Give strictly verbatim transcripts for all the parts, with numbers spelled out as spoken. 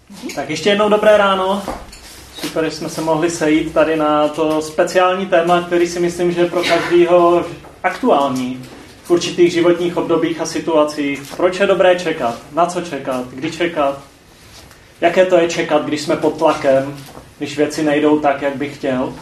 Tak ještě jednou dobré ráno. Super, že jsme se mohli sejít tady na to speciální téma, který si myslím, že je pro každého aktuální v určitých životních obdobích a situacích. Proč je dobré čekat? Na co čekat? Kdy čekat? Jaké to je čekat, když jsme pod tlakem, když věci nejdou tak, jak bych chtěl?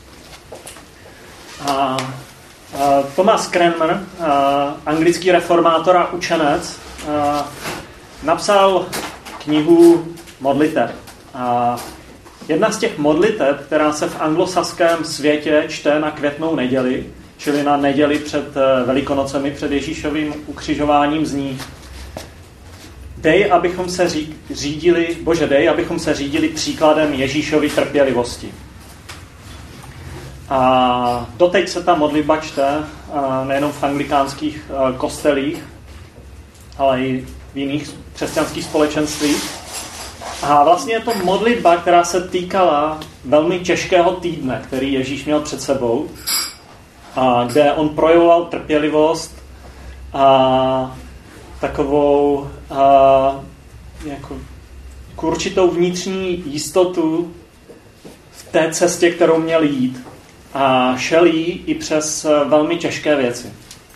A, a Thomas Cranmer, a, anglický reformátor a učenec, a, napsal knihu modliteb. A jedna z těch modliteb, která se v anglosaském světě čte na květnou neděli, čili na neděli před Velikonocemi, před Ježíšovým ukřižováním, zní: Dej, abychom se řídili, Bože, dej, abychom se řídili příkladem Ježíšovy trpělivosti. A doteď se ta modlitba čte nejenom v anglikánských kostelích, ale i v jiných křesťanských společenstvích. A vlastně je to modlitba, která se týkala velmi těžkého týdne, který Ježíš měl před sebou, a kde on projevoval trpělivost a takovou a, jako, určitou vnitřní jistotu v té cestě, kterou měl jít. A šel jí i přes velmi těžké věci.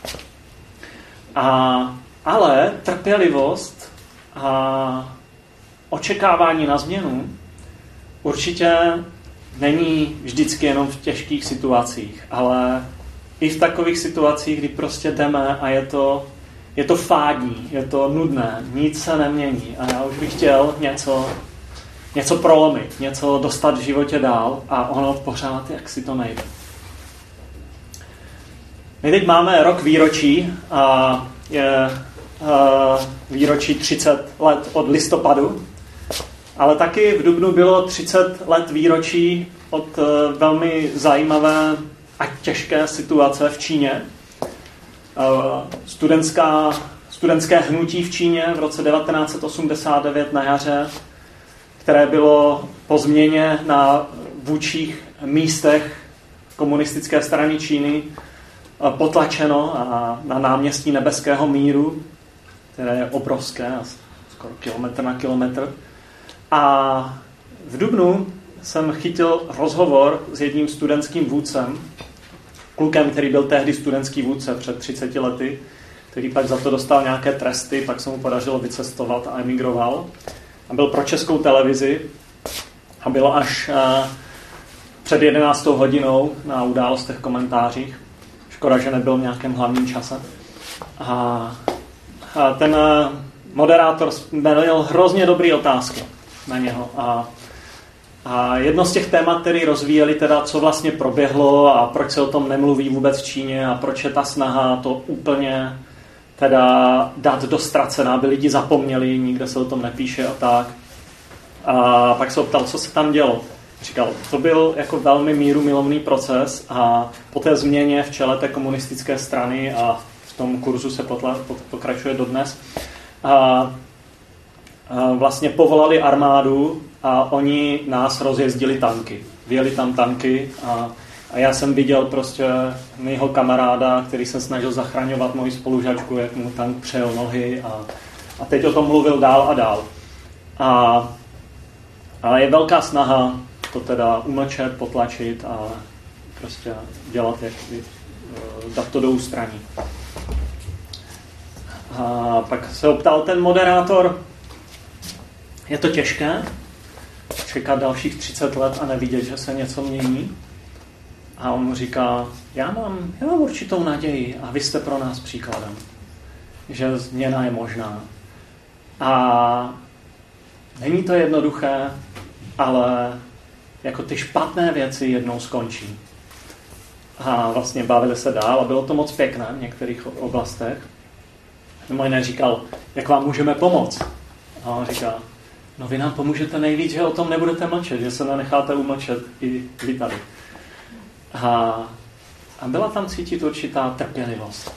A, ale trpělivost a očekávání na změnu určitě není vždycky jenom v těžkých situacích, ale i v takových situacích, kdy prostě jdeme a je to, je to fádní, je to nudné, nic se nemění a já už bych chtěl něco, něco prolomit, něco dostat v životě dál a ono pořád, jak si to nejde. My teď máme rok výročí a je uh, výročí třicet let od listopadu, ale taky v dubnu bylo třicet let výročí od uh, velmi zajímavé a těžké situace v Číně. Uh, studentská, studentské hnutí v Číně v roce devatenáct set osmdesát devět na jaře, které bylo po změně na vůdčích místech komunistické strany Číny potlačeno a na náměstí Nebeského míru, které je obrovské, skoro kilometr na kilometr. A v dubnu jsem chytil rozhovor s jedním studentským vůdcem, klukem, který byl tehdy studentský vůdce před třiceti lety, který pak za to dostal nějaké tresty, pak se mu podařilo vycestovat a emigroval. A byl pro Českou televizi a bylo až uh, před jedenáctou hodinou na Událostech komentářích. Škoda, že nebyl v nějakém hlavním čase. A, a ten uh, moderátor měl hrozně dobré otázky na něho. A, a jedno z těch témat, které rozvíjeli, teda, co vlastně proběhlo a proč se o tom nemluví vůbec v Číně a proč je ta snaha to úplně teda dát do ztracena, aby lidi zapomněli, nikde se o tom nepíše a tak. A pak se optal, co se tam dělo. Říkal, to byl jako velmi mírumilovný proces a po té změně v čele té komunistické strany a v tom kurzu se potla, pokračuje dodnes, a, a vlastně povolali armádu a oni nás rozjezdili tanky. Vyjeli tam tanky a, a já jsem viděl prostě mýho kamaráda, který se snažil zachraňovat moji spolužačku, jak mu tank přejel nohy a, a teď o tom mluvil dál a dál. A, ale je velká snaha to teda umlčet, potlačit a prostě dělat, jak dát to do ústraní. A pak se optal ten moderátor, je to těžké čekat dalších třicet let a nevidět, že se něco mění? A on mu říká, já mám, já mám určitou naději a vy jste pro nás příkladem, že změna je možná. A není to jednoduché, ale jako ty špatné věci jednou skončí. A vlastně bavili se dál a bylo to moc pěkné v některých oblastech. Mimo jiné říkal, jak vám můžeme pomoct? A on říká, no vy nám pomůžete nejvíc, že o tom nebudete mlčet, že se nenecháte umlčet i vy tady. A, a byla tam cítit určitá trpělivost.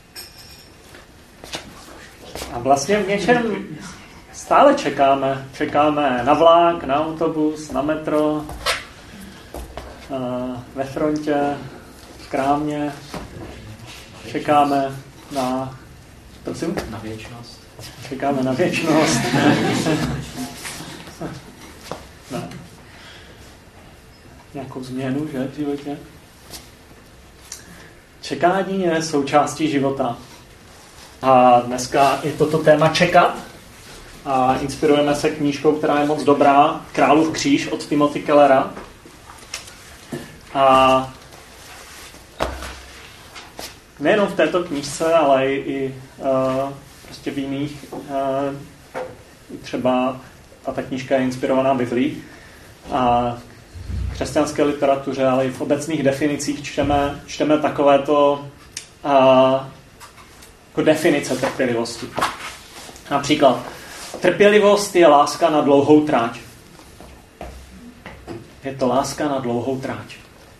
A vlastně v něčem stále čekáme. Čekáme na vlak, na autobus, na metro, ve frontě, v krámě. Čekáme na... Prosím? Na věčnost. Čekáme na věčnost. nějakou změnu, že, v životě. Čekání je součástí života. A dneska je toto téma čekat. A inspirujeme se knížkou, která je moc dobrá, Králův kříž od Timothy Kellera. A nejenom v této knížce, ale i, i uh, prostě v jiných, uh, třeba, a ta knížka je inspirovaná Biblií, a v křesťanské literatuře, ale i v obecných definicích čteme, čteme takovéto uh, jako definice trpělivosti. Například, trpělivost je láska na dlouhou tráť. Je to láska na dlouhou tráť.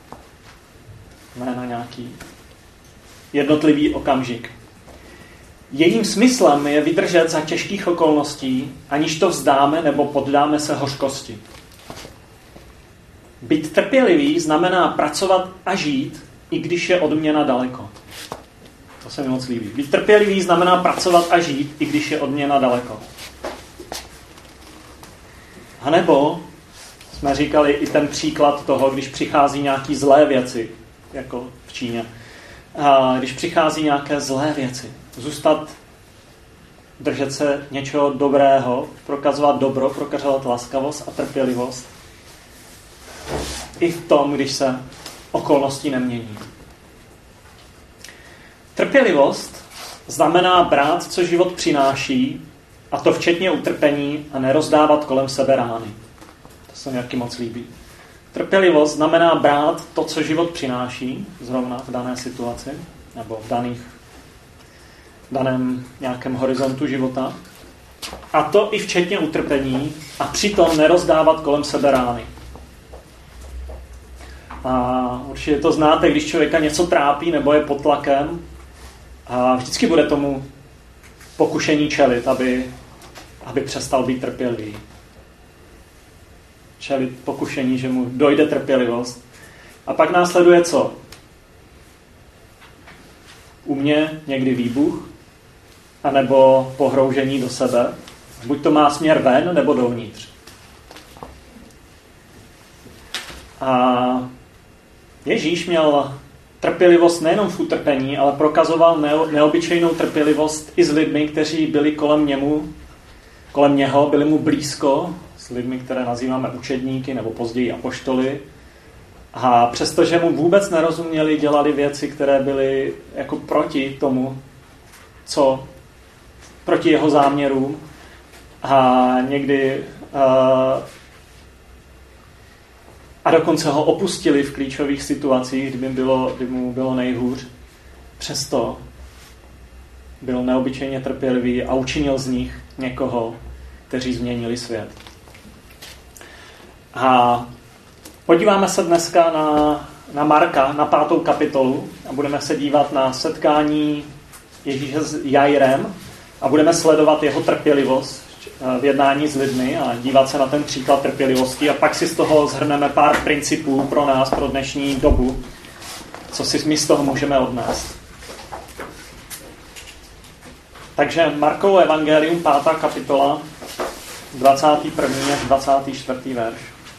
Ne na nějaký jednotlivý okamžik. Jejím smyslem je vydržet za těžkých okolností, aniž to vzdáme nebo poddáme se hořkosti. Být trpělivý znamená pracovat a žít, i když je odměna daleko. To se mi moc líbí. Být trpělivý znamená pracovat a žít, i když je odměna daleko. A nebo jsme říkali i ten příklad toho, když přichází nějaký zlé věci, jako v Číně. A když přichází nějaké zlé věci, zůstat, držet se něčeho dobrého, prokazovat dobro, prokazovat laskavost a trpělivost. I v tom, když se okolnosti nemění. Trpělivost znamená brát, co život přináší, a to včetně utrpení, a nerozdávat kolem sebe rány. To se mi jaký moc líbí. Trpělivost znamená brát to, co život přináší, zrovna v dané situaci, nebo v daných, daném nějakém horizontu života, a to i včetně utrpení, a přitom nerozdávat kolem sebe rány. A určitě to znáte, když člověka něco trápí nebo je pod tlakem, a vždycky bude tomu pokušení čelit, aby, aby přestal být trpělivý. Čelit pokušení, že mu dojde trpělivost. A pak následuje co? U mě někdy výbuch, anebo pohroužení do sebe. Buď to má směr ven, nebo dovnitř. A Ježíš měl trpělivost nejenom v utrpení, ale prokazoval neobyčejnou trpělivost i s lidmi, kteří byli kolem němu, kolem něho, byli mu blízko, s lidmi, které nazýváme učedníky nebo později apoštoly. A přestože mu vůbec nerozuměli, dělali věci, které byly jako proti tomu, co proti jeho záměrům. A někdy uh, a dokonce ho opustili v klíčových situacích, kdyby bylo, kdyby mu bylo nejhůř. Přesto byl neobyčejně trpělivý a učinil z nich někoho, kteří změnili svět. A podíváme se dneska na, na Marka, na pátou kapitolu, a budeme se dívat na setkání Ježíše s Jairem a budeme sledovat jeho trpělivost v jednání s lidmi a dívat se na ten příklad trpělivosti, a pak si z toho shrneme pár principů pro nás, pro dnešní dobu, co si my z toho můžeme odnést. Takže Markovo evangelium, pátá kapitola, dvacátý první až dvacátý čtvrtý verš.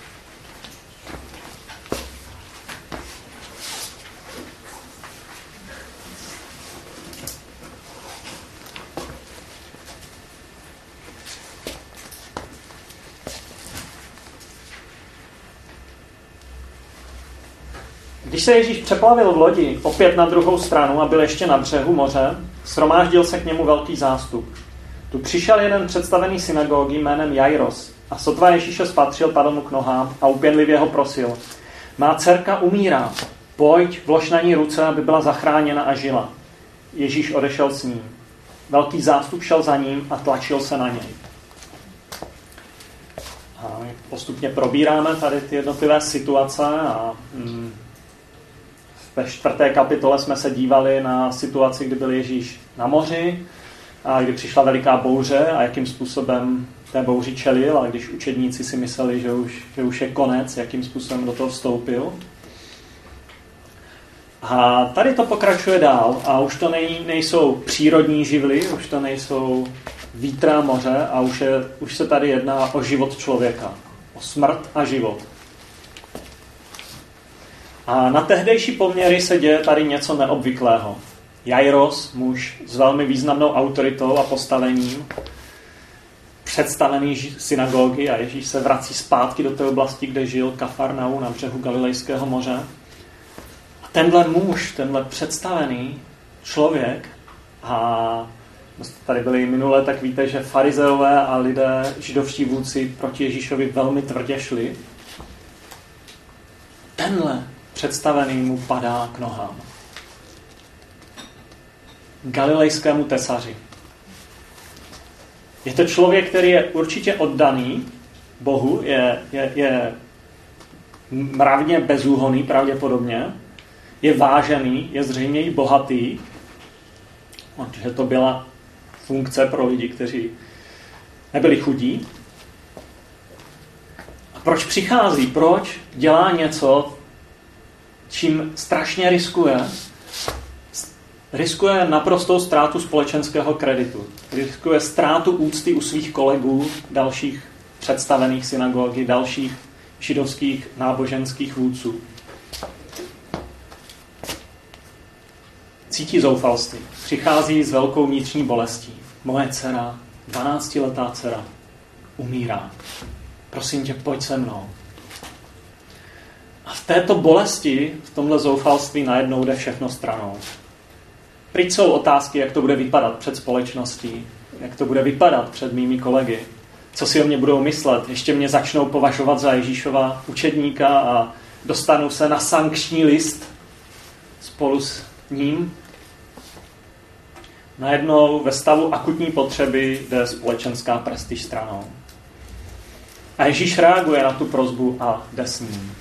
Když se Ježíš přeplavil v lodi opět na druhou stranu a byl ještě na břehu moře, shromáždil se k němu velký zástup. Tu přišel jeden představený synagogy jménem Jairos a sotva Ježíše spatřil, padl mu k nohám a úpěnlivě ho prosil: Má dcerka umírá, pojď, vlož na ní ruce, aby byla zachráněna a žila. Ježíš odešel s ním. Velký zástup šel za ním a tlačil se na něj. A my postupně probíráme tady ty jednotlivé situace a mm, ve čtvrté kapitole jsme se dívali na situaci, kdy byl Ježíš na moři a kdy přišla veliká bouře a jakým způsobem té bouři čelil, a když učedníci si mysleli, že už, že už je konec, jakým způsobem do toho vstoupil. A tady to pokračuje dál a už to nej, nejsou přírodní živly, už to nejsou vítr a moře a už, je, už se tady jedná o život člověka, o smrt a život. A na tehdejší poměry se děje tady něco neobvyklého. Jairos, muž s velmi významnou autoritou a postavením, představený synagogy, a Ježíš se vrací zpátky do té oblasti, kde žil Kafarnaum na břehu Galilejského moře. A tenhle muž, tenhle představený člověk, a tady byli minule, tak víte, že farizeové a lidé, židovští vůdci proti Ježíšovi velmi tvrdě šli. Tenhle představený mu padá k nohám. Galilejskému tesaři. Je to člověk, který je určitě oddaný Bohu, je, je, je mravně bezúhonný pravděpodobně, je vážený, je zřejmě i bohatý, protože to byla funkce pro lidi, kteří nebyli chudí. A proč přichází? Proč dělá něco, čím strašně riskuje? Riskuje naprostou ztrátu společenského kreditu. Riskuje ztrátu úcty u svých kolegů, dalších představených synagogy, dalších židovských náboženských vůdců. Cítí zoufalství. Přichází s velkou vnitřní bolestí. Moje dcera, dvanáctiletá dcera, umírá. Prosím tě, pojď se mnou. A v této bolesti, v tomhle zoufalství najednou jde všechno stranou. Pryč jsou otázky, jak to bude vypadat před společností, jak to bude vypadat před mými kolegy, co si o mě budou myslet, ještě mě začnou považovat za Ježíšova učedníka a dostanu se na sankční list spolu s ním. Najednou ve stavu akutní potřeby jde společenská prestiž stranou. A Ježíš reaguje na tu prosbu a jde s ním.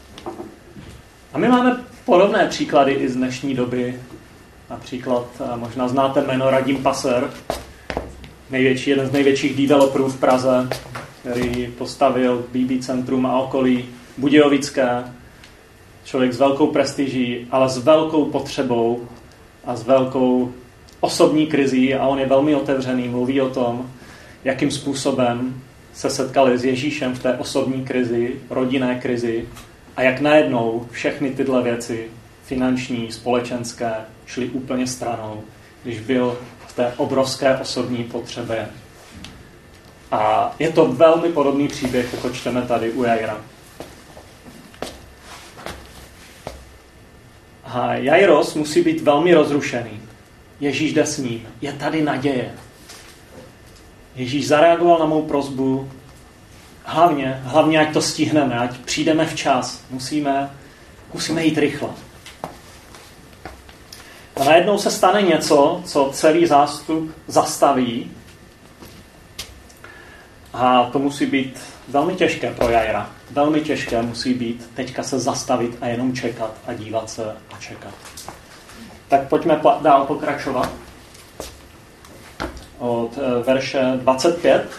A my máme podobné příklady i z dnešní doby. Například možná znáte jméno Radim Passer, největší, jeden z největších developerů v Praze, který postavil B B centrum a okolí Budějovické. Člověk s velkou prestiží, ale s velkou potřebou a s velkou osobní krizí, a on je velmi otevřený, mluví o tom, jakým způsobem se setkali s Ježíšem v té osobní krizi, rodinné krizi, a jak najednou všechny tyhle věci, finanční, společenské, šly úplně stranou, když byl v té obrovské osobní potřebě. A je to velmi podobný příběh, jako čteme tady u Jaira. A Jairos musí být velmi rozrušený. Ježíš jde s ním. Je tady naděje. Ježíš zareagoval na mou prosbu. Hlavně, hlavně ať to stihneme, ať přijdeme včas. Musíme, musíme jít rychle. A najednou se stane něco, co celý zástup zastaví. A to musí být velmi těžké pro Jaira. Velmi těžké musí být teďka se zastavit a jenom čekat a dívat se a čekat. Tak pojďme dál pokračovat. Od verše dvacet pět.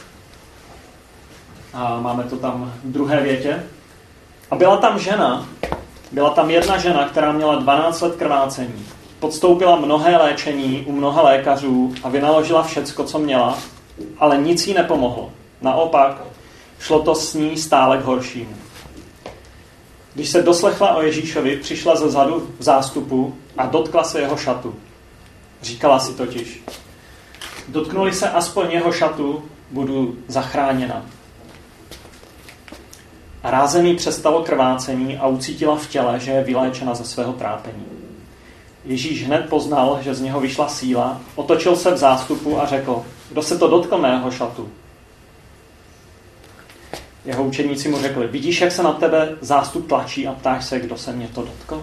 A máme to tam v druhé větě. A byla tam žena, byla tam jedna žena, která měla dvanáct let krvácení. Podstoupila mnohé léčení u mnoha lékařů a vynaložila všecko, co měla, ale nic jí nepomohlo. Naopak, šlo to s ní stále k horšímu. Když se doslechla o Ježíšovi, přišla ze zadu v zástupu a dotkla se jeho šatu. Říkala si totiž, dotknuli se aspoň jeho šatu, budu zachráněna. A rázený přestalo krvácení a ucítila v těle, že je vyléčena ze svého trápení. Ježíš hned poznal, že z něho vyšla síla, otočil se v zástupu a řekl, kdo se to dotkl mého šatu? Jeho učeníci mu řekli, vidíš, jak se na tebe zástup tlačí a ptáš se, kdo se mě to dotkl?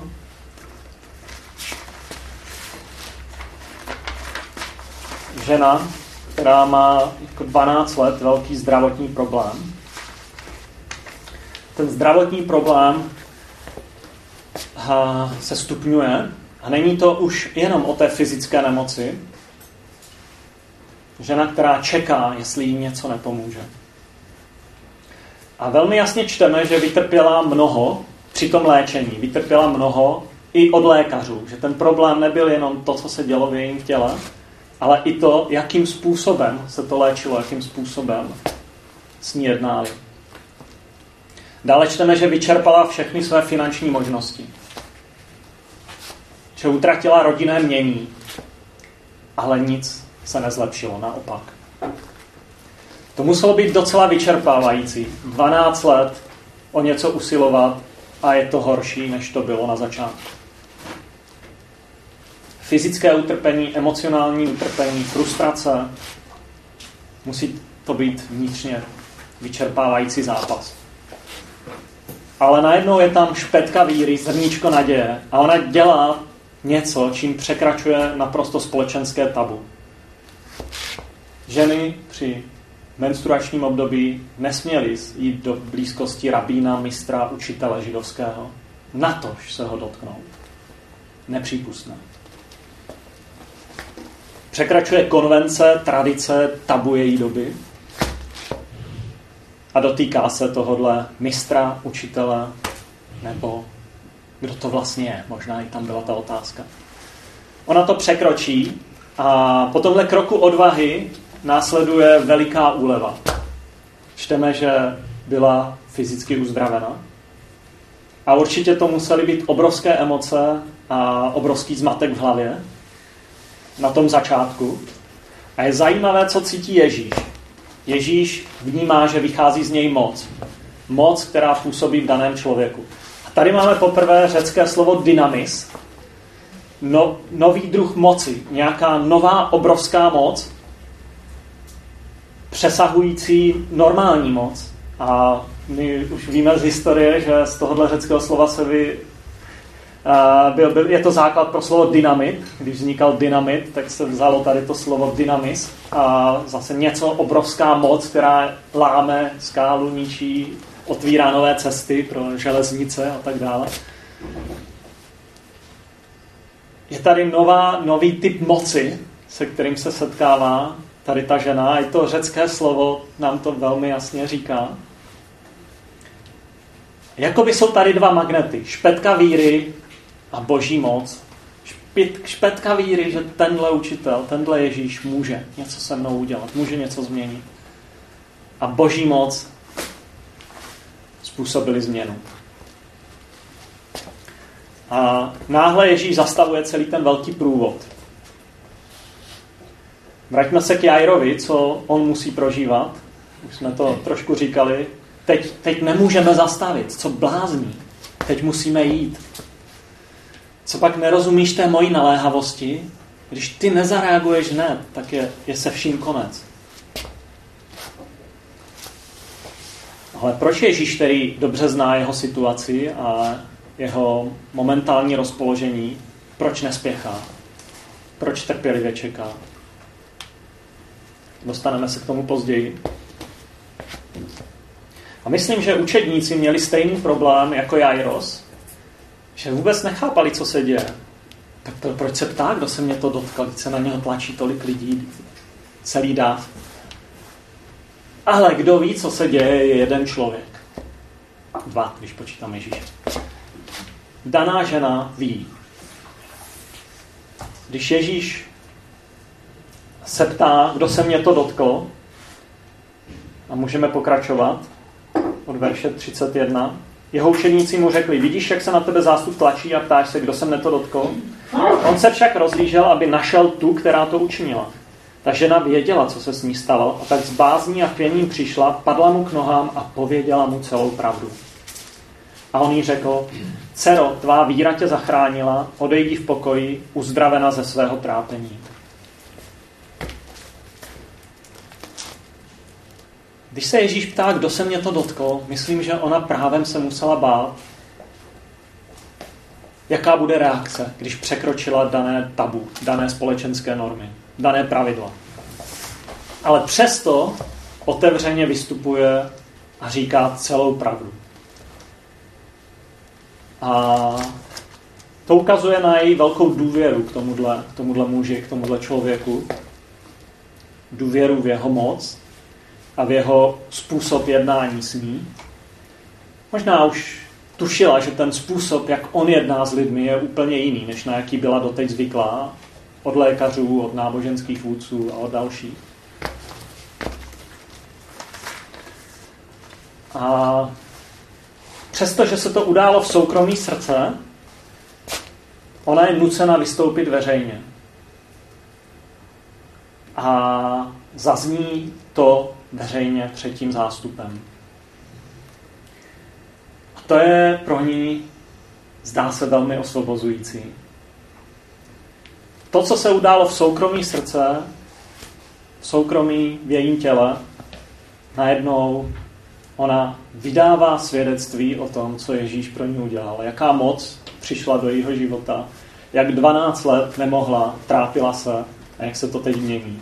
Žena, která má jako dvanáct let velký zdravotní problém. Ten zdravotní problém se stupňuje a není to už jenom o té fyzické nemoci. Žena, která čeká, jestli jí něco nepomůže. A velmi jasně čteme, že vytrpěla mnoho při tom léčení. Vytrpěla mnoho i od lékařů. Že ten problém nebyl jenom to, co se dělo v jejím těle, ale i to, jakým způsobem se to léčilo, jakým způsobem s ní jednali. Dále čteme, že vyčerpala všechny své finanční možnosti. že utratila rodinné jmění, ale nic se nezlepšilo, naopak. To muselo být docela vyčerpávající. dvanáct let o něco usilovat a je to horší, než to bylo na začátku. Fyzické utrpení, emocionální utrpení, frustrace. Musí to být vnitřně vyčerpávající zápas. Ale najednou je tam špetka víry, zrníčko naděje a ona dělá něco, čím překračuje naprosto společenské tabu. Ženy při menstruačním období nesměly jít do blízkosti rabína, mistra, učitele židovského. Natož se ho dotknout. Nepřípustné. Překračuje konvence, tradice, tabu její doby a dotýká se tohodle mistra, učitele, nebo kdo to vlastně je. Možná i tam byla ta otázka. Ona to překročí a po tomhle kroku odvahy následuje veliká úleva. Čteme, že byla fyzicky uzdravena. A určitě to musely být obrovské emoce a obrovský zmatek v hlavě na tom začátku. A je zajímavé, co cítí Ježíš. Ježíš vnímá, že vychází z něj moc. Moc, která působí v daném člověku. A tady máme poprvé řecké slovo dynamis. No, nový druh moci. Nějaká nová obrovská moc, přesahující normální moc. A my už víme z historie, že z tohohle řeckého slova se vy... Uh, byl, byl, je to základ pro slovo dynamit. Když vznikal dynamit, tak se vzalo tady to slovo dynamis. A zase něco, obrovská moc, která láme skálu, ničí, otvírá nové cesty pro železnice a tak dále. Je tady nová, nový typ moci, se kterým se setkává tady ta žena. A i to řecké slovo nám to velmi jasně říká. Jakoby jsou tady dva magnety. Špetka víry a boží moc. Špit, špetka víry, že tenhle učitel, tenhle Ježíš může něco se mnou udělat, může něco změnit. A boží moc způsobili změnu. A náhle Ježíš zastavuje celý ten velký průvod. Vraťme se k Jairovi, co on musí prožívat. Už jsme to trošku říkali. Teď, teď nemůžeme zastavit, co blázní. Teď musíme jít. Co pak nerozumíš té mojí naléhavosti? Když ty nezareaguješ hned, tak je, je se vším konec. Ale proč Ježíš, který dobře zná jeho situaci a jeho momentální rozpoložení, proč nespěchá? Proč trpělivě čeká? Dostaneme se k tomu později. A myslím, že učedníci měli stejný problém jako Jairos, že vůbec nechápali, co se děje. Tak to, proč se ptá, kdo se mě to dotkl, když se na něho tlačí tolik lidí, celý dáv. Ale kdo ví, co se děje, je jeden člověk. Dva, když počítám Ježíše. Daná žena ví. Když Ježíš se ptá, kdo se mě to dotkl, a můžeme pokračovat od verše třicet jedna. Jeho učeníci mu řekli, vidíš, jak se na tebe zástup tlačí a ptáš se, kdo se mne to dotkl? On se však rozlížel, aby našel tu, která to učinila. Ta žena věděla, co se s ní stalo, a tak s bázní a pěním přišla, padla mu k nohám a pověděla mu celou pravdu. A on jí řekl, dcero, tvá víra tě zachránila, odejdi v pokoji, uzdravena ze svého trápení. Když se Ježíš ptá, kdo se mě to dotkl, myslím, že ona právem se musela bát, jaká bude reakce, když překročila dané tabu, dané společenské normy, dané pravidla. Ale přesto otevřeně vystupuje a říká celou pravdu. A to ukazuje na její velkou důvěru k tomuhle, k tomuhle muži, k tomuhle člověku. Důvěru v jeho moc a v jeho způsob jednání s ní. Možná už tušila, že ten způsob, jak on jedná s lidmi, je úplně jiný, než na jaký byla doteď zvyklá od lékařů, od náboženských vůdců a od dalších. A přestože se to událo v soukromí srdce, ona je nucena vystoupit veřejně. A zazní to veřejně před tím zástupem. A to je pro ní, zdá se, velmi osvobozující. To, co se událo v soukromí srdce, v soukromí v jejím těle, najednou ona vydává svědectví o tom, co Ježíš pro ní udělal. Jaká moc přišla do jejího života, jak dvanáct let nemohla, trápila se a jak se to teď mění.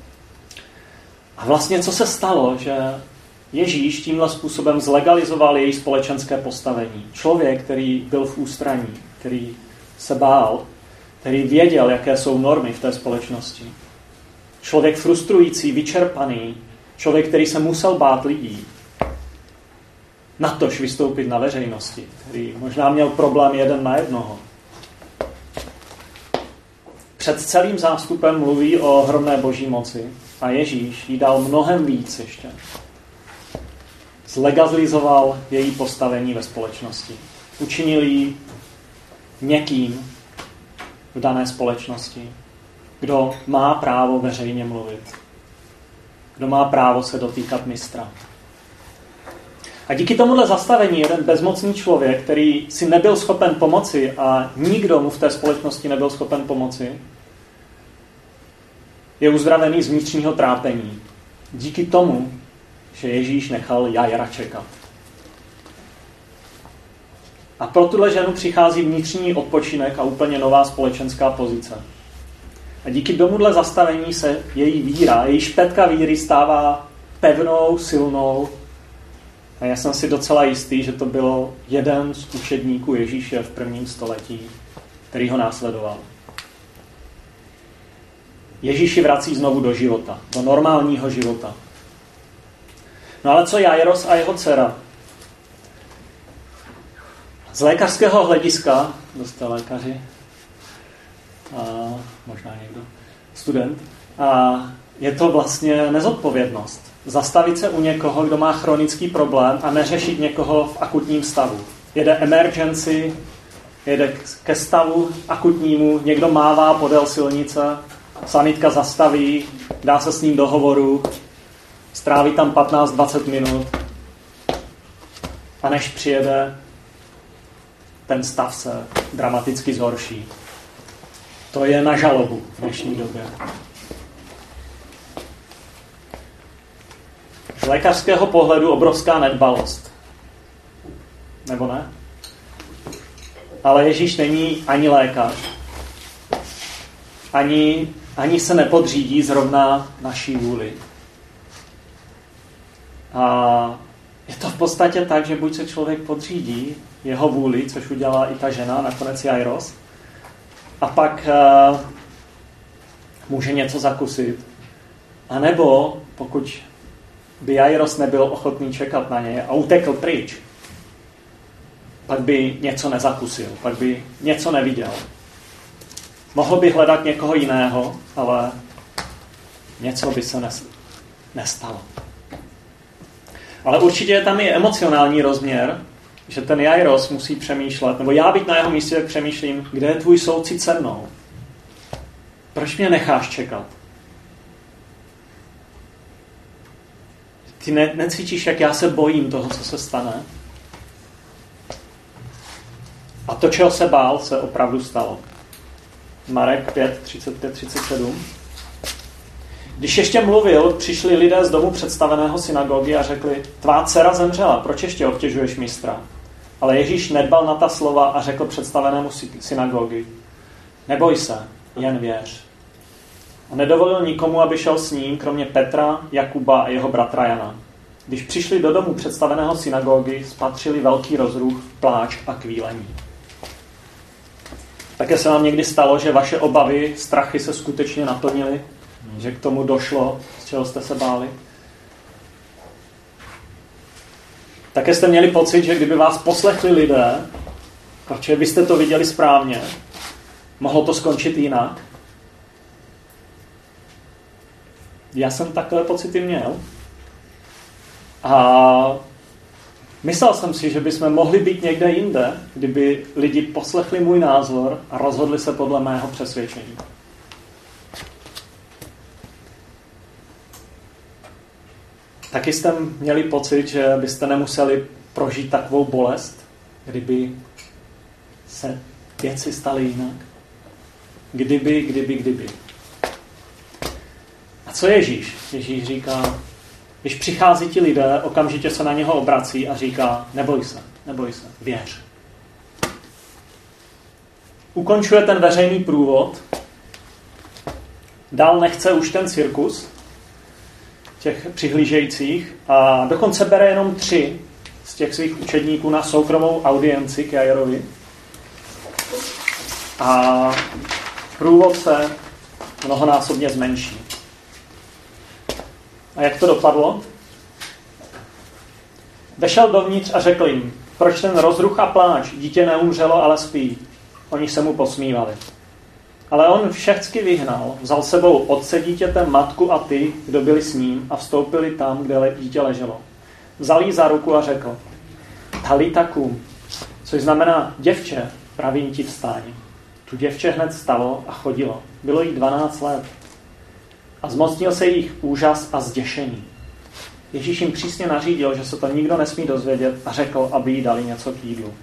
A vlastně co se stalo, že Ježíš tímhle způsobem zlegalizoval její společenské postavení. Člověk, který byl v ústraní, který se bál, který věděl, jaké jsou normy v té společnosti. Člověk frustrující, vyčerpaný, člověk, který se musel bát lidí, natož vystoupit na veřejnosti, který možná měl problém jeden na jednoho. Před celým zástupem mluví o ohromné boží moci a Ježíš jí dal mnohem víc ještě. Zlegalizoval její postavení ve společnosti. Učinil jí někým v dané společnosti, kdo má právo veřejně mluvit. Kdo má právo se dotýkat mistra. A díky tomuhle zastavení jeden bezmocný člověk, který si nebyl schopen pomoci a nikdo mu v té společnosti nebyl schopen pomoci, je uzdravený z vnitřního trápení. Díky tomu, že Ježíš nechal Jaira čekat. A pro tuhle ženu přichází vnitřní odpočinek a úplně nová společenská pozice. A díky tomuhle zastavení se její víra, její špetka víry stává pevnou, silnou. A já jsem si docela jistý, že to byl jeden z učedníků Ježíše v prvním století, který ho následoval. Ježíši vrací znovu do života, do normálního života. No ale co Jairos a jeho dcera? Z lékařského hlediska, kdo jste lékaři, a možná někdo, student, a je to vlastně nezodpovědnost. Zastavit se u někoho, kdo má chronický problém a neřešit někoho v akutním stavu. Jede emergency, jede ke stavu akutnímu, někdo mává podél silnice, sanitka zastaví, dá se s ním do hovoru, stráví tam patnáct dvacet minut a než přijede, ten stav se dramaticky zhorší. To je na žalobu v dnešní době. Z lékařského pohledu obrovská nedbalost. Nebo ne? Ale Ježíš není ani lékař. Ani, ani se nepodřídí zrovna naší vůli. A je to v podstatě tak, že buď se člověk podřídí jeho vůli, což udělala i ta žena, nakonec Jairos, a pak uh, může něco zakusit. A nebo pokud by Jairos nebyl ochotný čekat na něj a utekl pryč, pak by něco nezakusil, pak by něco neviděl. Mohl by hledat někoho jiného, ale něco by se nestalo. Ale určitě je tam i emocionální rozměr, že ten Jairos musí přemýšlet, nebo já být na jeho místě, tak přemýšlím, kde je tvůj soucit se mnou? Proč mě necháš čekat? Ty ne, necítíš, jak já se bojím toho, co se stane? A to, čeho se bál, se opravdu stalo. Marek pět, třicet pět, třicet sedm. Když ještě mluvil, přišli lidé z domu představeného synagogy a řekli, tvá dcera zemřela, proč ještě obtěžuješ mistra? Ale Ježíš nedbal na ta slova a řekl představenému synagogy, neboj se, jen věř. A nedovolil nikomu, aby šel s ním, kromě Petra, Jakuba a jeho bratra Jana. Když přišli do domu představeného synagogy, spatřili velký rozruch, pláč a kvílení. Také se vám někdy stalo, že vaše obavy, strachy se skutečně naplnily? Že k tomu došlo, z čeho jste se báli? Také jste měli pocit, že kdyby vás poslechli lidé, protože byste to viděli správně, mohlo to skončit jinak? Já jsem takové pocity měl. A Myslel jsem si, že bychom mohli být někde jinde, kdyby lidi poslechli můj názor a rozhodli se podle mého přesvědčení. Taky jste měli pocit, že byste nemuseli prožít takovou bolest, kdyby se věci staly jinak? Kdyby, kdyby, kdyby. A co Ježíš? Ježíš říká, když přichází ti lidé, okamžitě se na něho obrací a říká, neboj se, neboj se, věř. Ukončuje ten veřejný průvod, dál nechce už ten cirkus těch přihlížejících a dokonce bere jenom tři z těch svých učedníků na soukromou audienci k Jairovi. A průvod se mnohonásobně zmenší. A jak to dopadlo? Vešel dovnitř a řekl jim, proč ten rozruch a pláč, dítě neumřelo, ale spí. Oni se mu posmívali. Ale on všecky vyhnal, vzal sebou otce dítěte, matku a ty, kdo byli s ním a vstoupili tam, kde dítě leželo. Vzal jí za ruku a řekl, talita kum, což znamená děvče, pravím ti vstáň. Tu děvče hned stalo a chodilo. Bylo jí dvanáct let. A zmocnil se jich úžas a zděšení. Ježíš jim přísně nařídil, že se to nikdo nesmí dozvědět a řekl, aby jí dali něco k jídlu.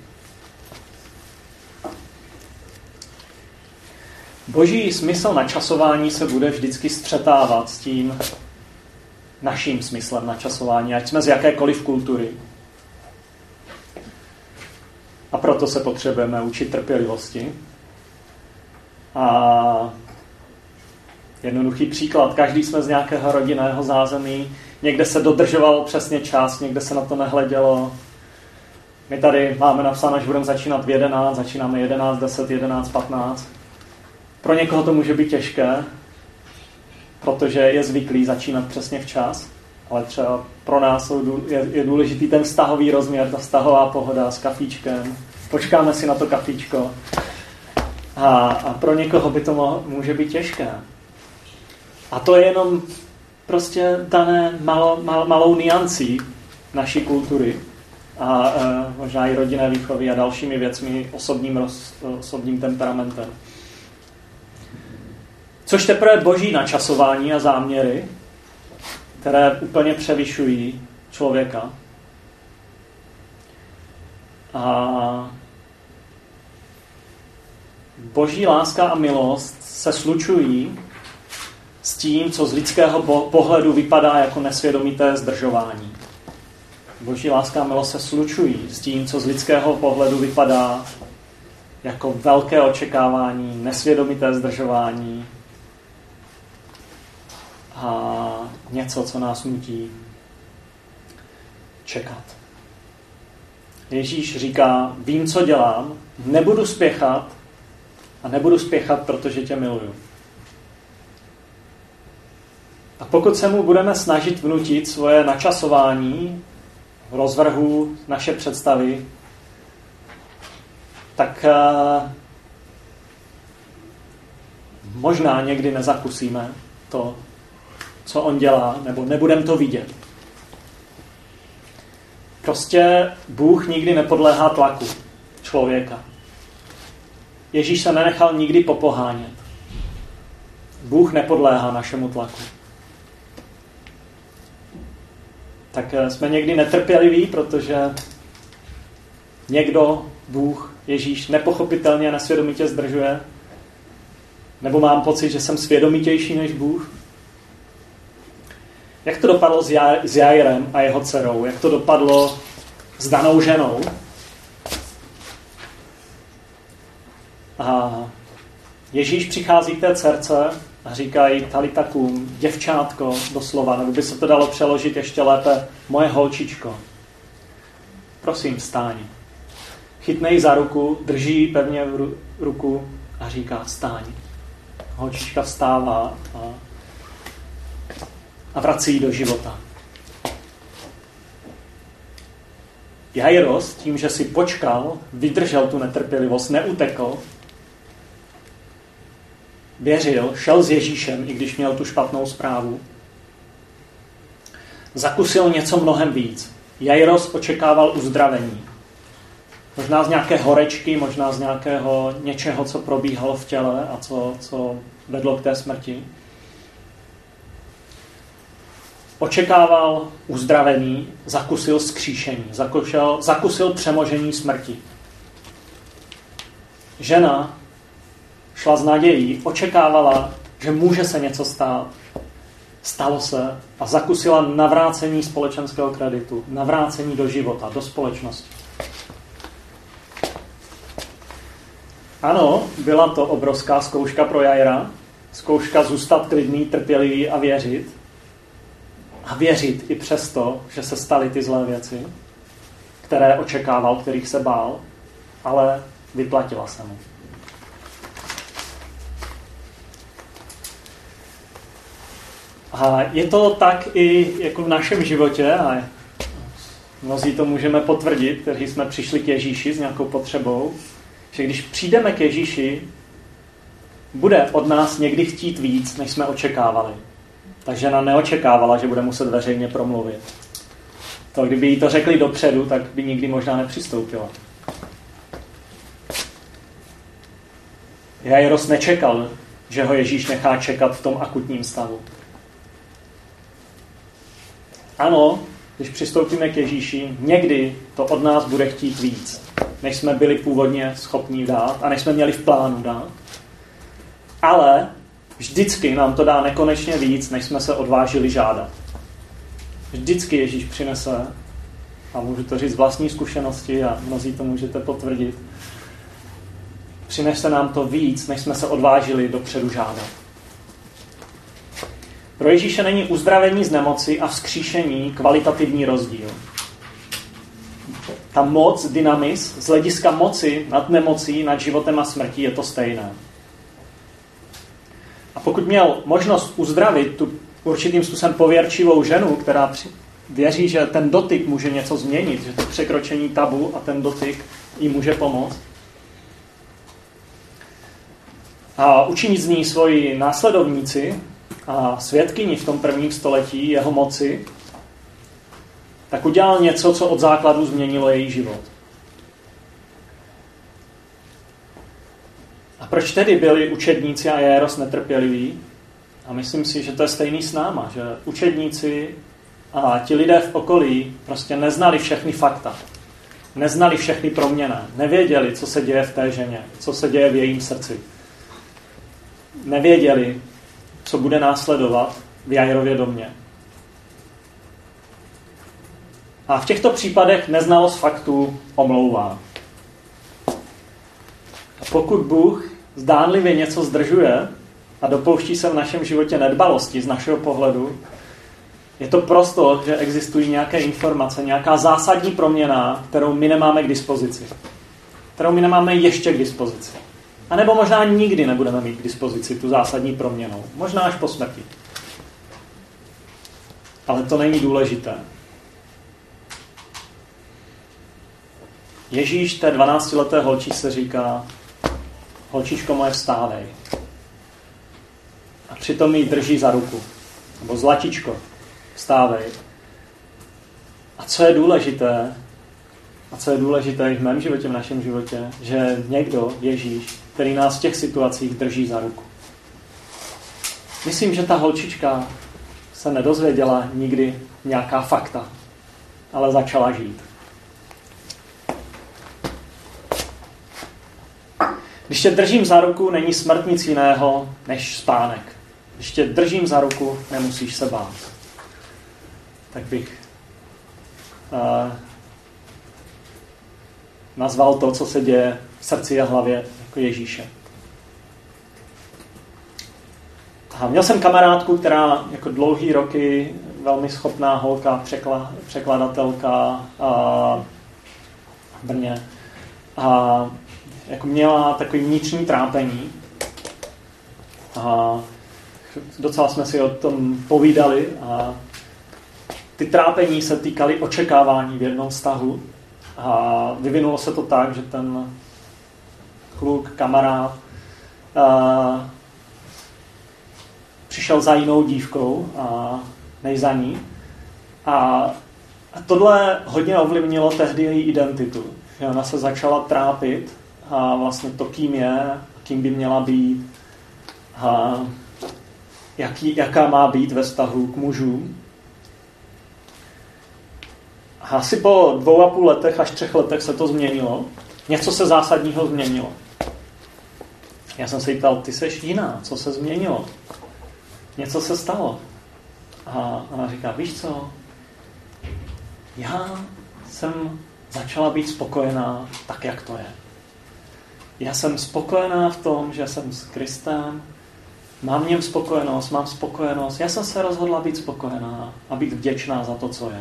Boží smysl načasování se bude vždycky střetávat s tím naším smyslem načasování, ať jsme z jakékoliv kultury. A proto se potřebujeme učit trpělivosti. A jednoduchý příklad. Každý jsme z nějakého rodinného zázemí. Někde se dodržovalo přesně čas, někde se na to nehledělo. My tady máme napsáno, že budeme začínat v jedenáct, začínáme jedenáct, deset, jedenáct, patnáct. Pro někoho to může být těžké, protože je zvyklý začínat přesně včas, ale třeba pro nás je důležitý ten vztahový rozměr, ta vztahová pohoda s kafíčkem. Počkáme si na to kafíčko. A, a pro někoho by to mo, může být těžké. A to je jenom prostě dané malo, mal, malou niancí naší kultury a e, možná i rodinné výchovy a dalšími věcmi, osobním, roz, osobním temperamentem. Což teprve boží načasování a záměry, které úplně převyšují člověka. A boží láska a milost se slučují s tím, co z lidského pohledu vypadá jako nesvědomité zdržování. Boží láska a milost se slučují s tím, co z lidského pohledu vypadá jako velké očekávání, nesvědomité zdržování a něco, co nás nutí čekat. Ježíš říká, vím, co dělám, nebudu spěchat a nebudu spěchat, protože tě miluju. A pokud se mu budeme snažit vnutit svoje načasování, rozvrhu, naše představy, tak uh, možná někdy nezakusíme to, co on dělá, nebo nebudeme to vidět. Prostě Bůh nikdy nepodléhá tlaku člověka. Ježíš se nenechal nikdy popohánět. Bůh nepodléhá našemu tlaku. Tak jsme někdy netrpěliví, protože někdo, Bůh, Ježíš, nepochopitelně a nesvědomitě zdržuje. Nebo mám pocit, že jsem svědomitější než Bůh. Jak to dopadlo s, Já- s Jairem a jeho dcerou? Jak to dopadlo s danou ženou? A Ježíš přichází k té dcerce a říká jí talita kum, děvčátko doslova, nebo by se to dalo přeložit ještě lépe, moje holčičko. Prosím, vstáň. Chytne ji za ruku, drží ji pevně v ru- ruku a říká vstáň. Holčička vstává a, a vrací ji do života. Jairos, tím, že si počkal, vydržel tu netrpělivost, neutekl, věřil, šel s Ježíšem, i když měl tu špatnou zprávu. Zakusil něco mnohem víc. Jairos očekával uzdravení. Možná z nějaké horečky, možná z nějakého něčeho, co probíhalo v těle a co, co vedlo k té smrti. Očekával uzdravení, zakusil vzkříšení, zakusil, zakusil přemožení smrti. Žena šla s nadějí, očekávala, že může se něco stát. Stalo se a zakusila navrácení společenského kreditu, navrácení do života, do společnosti. Ano, byla to obrovská zkouška pro Jaira, zkouška zůstat klidný, trpělivý a věřit. A věřit i přesto, že se staly ty zlé věci, které očekával, kterých se bál, ale vyplatila se mu. A je to tak i jako v našem životě, a mnozí to můžeme potvrdit, kteří jsme přišli k Ježíši s nějakou potřebou, že když přijdeme k Ježíši, bude od nás někdy chtít víc, než jsme očekávali. Ta žena neočekávala, že bude muset veřejně promluvit. To, kdyby jí to řekli dopředu, tak by nikdy možná nepřistoupila. Jairos nečekal, že ho Ježíš nechá čekat v tom akutním stavu. Ano, když přistoupíme k Ježíši, někdy to od nás bude chtít víc, než jsme byli původně schopni dát a než jsme měli v plánu dát. Ale vždycky nám to dá nekonečně víc, než jsme se odvážili žádat. Vždycky Ježíš přinese, a můžu to říct z vlastní zkušenosti a mnozí to můžete potvrdit, přinese nám to víc, než jsme se odvážili dopředu žádat. Pro Ježíše není uzdravení z nemoci a vzkříšení kvalitativní rozdíl. Ta moc, dynamis, z hlediska moci nad nemocí, nad životem a smrtí je to stejné. A pokud měl možnost uzdravit tu určitým způsobem pověrčivou ženu, která věří, že ten dotyk může něco změnit, že to překročení tabu a ten dotyk jí může pomoct, a učinit z ní svoji následovníci a svědkyni v tom prvním století jeho moci, tak udělal něco, co od základu změnilo její život. A proč tedy byli učedníci a Jairos netrpěliví? A myslím si, že to je stejný s náma, že učedníci a ti lidé v okolí prostě neznali všechny fakta. Neznali všechny proměny. Nevěděli, co se děje v té ženě, co se děje v jejím srdci. Nevěděli, co bude následovat v Jairově domě. A v těchto případech neznalost faktů omlouvá. Pokud Bůh zdánlivě něco zdržuje a dopouští se v našem životě nedbalosti z našeho pohledu, je to prosto, že existují nějaké informace, nějaká zásadní proměna, kterou my nemáme k dispozici. Kterou my nemáme ještě k dispozici. A nebo možná nikdy nebudeme mít k dispozici tu zásadní proměnu. Možná až po smrti. Ale to není důležité. Ježíš té dvanáctileté holčičce říká: holčičko moje, vstávej. A přitom jí drží za ruku. Nebo zlatičko, vstávej. A co je důležité, a co je důležité i v mém životě, v našem životě, že někdo, Ježíš, který nás v těch situacích drží za ruku. Myslím, že ta holčička se nedozvěděla nikdy nějaká fakta, ale začala žít. Když tě držím za ruku, není smrt nic jiného než spánek. Když tě držím za ruku, nemusíš se bát. Tak bych uh, nazval to, co se děje v srdci a hlavě, jako Ježíše. A měl jsem kamarádku, která jako dlouhý roky, velmi schopná holka, překla, překladatelka a, v Brně. A jako měla takový vnitřní trápení. A docela jsme si o tom povídali. A ty trápení se týkaly očekávání v jednom vztahu. A vyvinulo se to tak, že ten kluk, kamarád, a přišel za jinou dívkou, a nej za ní. A A tohle hodně ovlivnilo tehdy její identitu. Že ona se začala trápit a vlastně to, kým je, kým by měla být a jaký, jaká má být ve vztahu k mužům. A asi po dvou a půl letech až třech letech se to změnilo. Něco se zásadního změnilo. Já jsem se jí ptal, ty seš jiná, co se změnilo? Něco se stalo. A ona říká, víš co? Já jsem začala být spokojená tak, jak to je. Já jsem spokojená v tom, že jsem s Kristem, mám v něm spokojenost, mám spokojenost. Já jsem se rozhodla být spokojená a být vděčná za to, co je.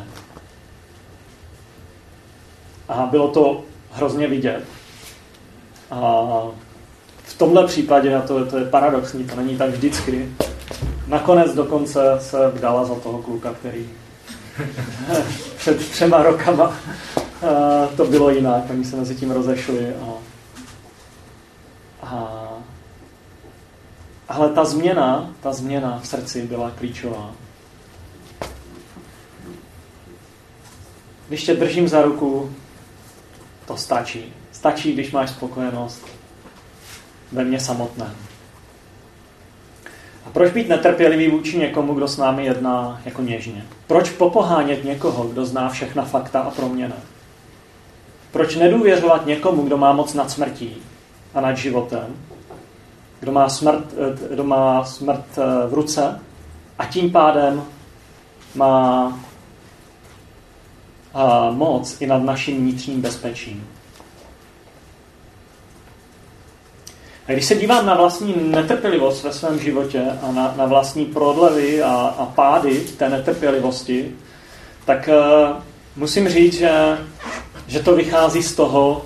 A bylo to hrozně vidět. A v tomhle případě, a to, to je paradoxní, to není tak vždycky, nakonec dokonce se vdala za toho kluka, který před třema rokama to bylo jinak, oni se mezi tím rozešli. A, a, ale ta změna, ta změna v srdci byla klíčová. Když tě držím za ruku, to stačí. Stačí, když máš spokojenost ve mně samotném. A proč být netrpělivý vůči někomu, kdo s námi jedná jako něžně? Proč popohánět někoho, kdo zná všechna fakta a proměny? Proč nedůvěřovat někomu, kdo má moc nad smrtí a nad životem? Kdo má smrt, kdo má smrt v ruce a tím pádem má a moc i nad naším vnitřním bezpečím. A když se dívám na vlastní netrpělivost ve svém životě a na, na vlastní prodlevy a, a pády té netrpělivosti, tak uh, musím říct, že, že to vychází z toho,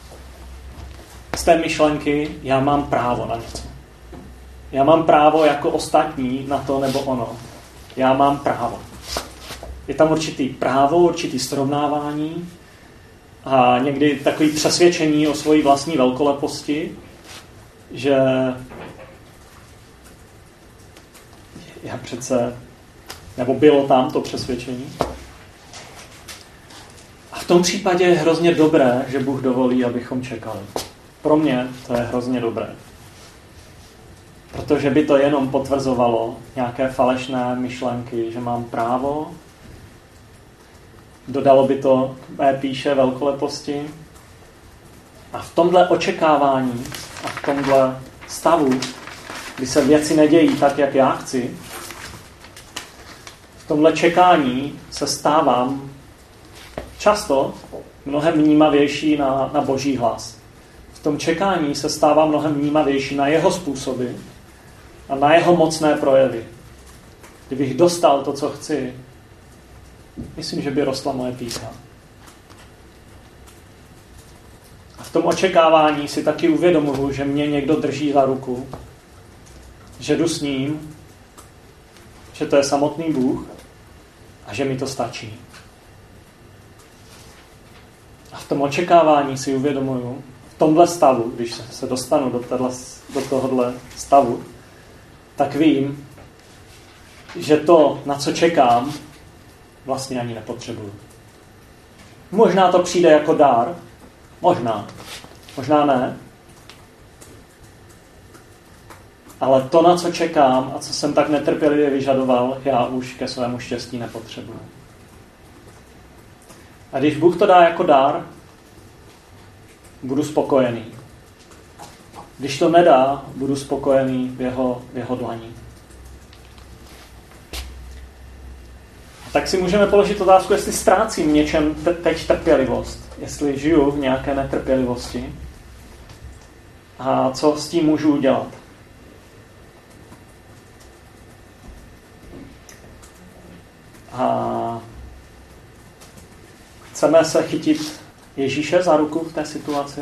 z té myšlenky, já mám právo na něco. Já mám právo jako ostatní na to nebo ono. Já mám právo. Je tam určitý právo, určitý srovnávání a někdy takový přesvědčení o svojí vlastní velkoleposti, že já přece, nebo bylo tam to přesvědčení. A v tom případě je hrozně dobré, že Bůh dovolí, abychom čekali. Pro mě to je hrozně dobré. Protože by to jenom potvrzovalo nějaké falešné myšlenky, že mám právo. Dodalo by to mé píše velkoleposti. A v tomhle očekávání a v tomhle stavu, kdy se věci nedějí tak, jak já chci, v tomhle čekání se stávám často mnohem vnímavější na, na Boží hlas. V tom čekání se stávám mnohem vnímavější na jeho způsoby a na jeho mocné projevy. Kdybych dostal to, co chci, myslím, že by rostla moje písma. A v tom očekávání si taky uvědomuji, že mě někdo drží za ruku, že jdu s ním, že to je samotný Bůh a že mi to stačí. A v tom očekávání si uvědomuji, v tomhle stavu, když se dostanu do, téhle, do tohohle stavu, tak vím, že to, na co čekám, vlastně ani nepotřebuju. Možná to přijde jako dár, možná, možná ne, ale to, na co čekám a co jsem tak netrpělivě vyžadoval, já už ke svému štěstí nepotřebuju. A když Bůh to dá jako dár, budu spokojený. Když to nedá, budu spokojený v jeho, v jeho dlaní. Tak si můžeme položit otázku, jestli ztrácím něčem te- teď trpělivost. Jestli žiju v nějaké netrpělivosti. A co s tím můžu udělat? A chceme se chytit Ježíše za ruku v té situaci?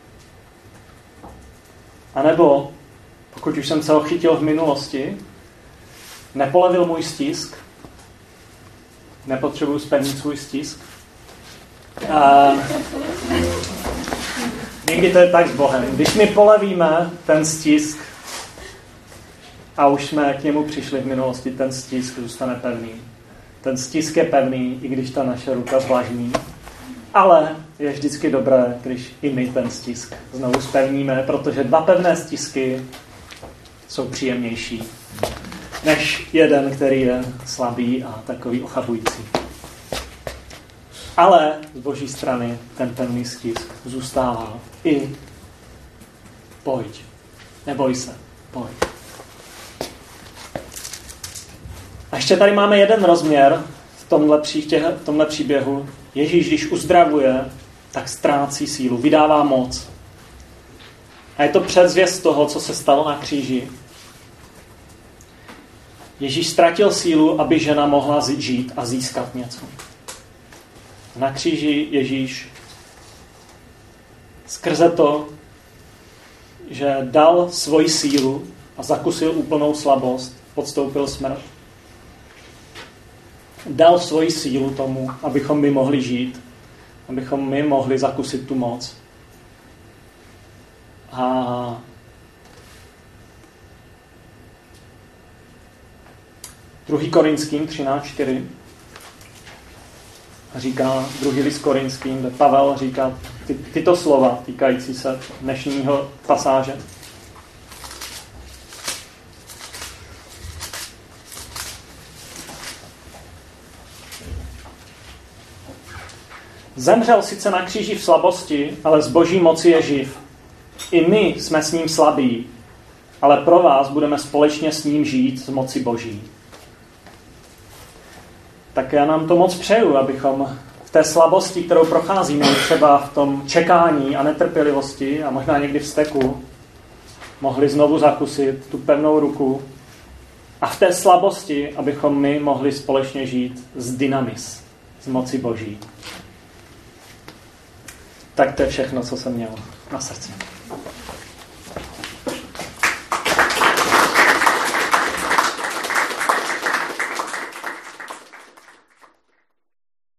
A nebo, pokud už jsem se ho chytil v minulosti, nepolevil můj stisk, nepotřebuji zpevnit svůj stisk. A někdy to je tak s Bohem. Když my polevíme ten stisk a už jsme k němu přišli v minulosti, ten stisk zůstane pevný. ten stisk je pevný, i když ta naše ruka zvlažní. Ale je vždycky dobré, když i my ten stisk znovu spevníme, protože dva pevné stisky jsou příjemnější než jeden, který je slabý a takový ochabující. Ale z Boží strany ten pevný stisk zůstává i pojď. Neboj se, pojď. A ještě tady máme jeden rozměr v tomhle, přítěh, v tomhle příběhu. Ježíš, když uzdravuje, tak ztrácí sílu, vydává moc. A je to předzvěst toho, co se stalo na kříži. Ježíš ztratil sílu, aby žena mohla žít a získat něco. Na kříži Ježíš skrze to, že dal svoji sílu a zakusil úplnou slabost, podstoupil smrt. Dal svoji sílu tomu, abychom my mohli žít, abychom my mohli zakusit tu moc. A druhý Korinským třináct čtyři říká, druhý list Korinským, kde Pavel říká ty, tyto slova týkající se dnešního pasáže. Zemřel sice na kříži v slabosti, ale z Boží moci je živ. I my jsme s ním slabí, ale pro vás budeme společně s ním žít z moci Boží. Tak já nám to moc přeju, abychom v té slabosti, kterou procházíme, třeba v tom čekání a netrpělivosti a možná někdy v steku, mohli znovu zakusit tu pevnou ruku a v té slabosti, abychom my mohli společně žít z dynamis, z moci Boží. Tak to je všechno, co jsem měl na srdci.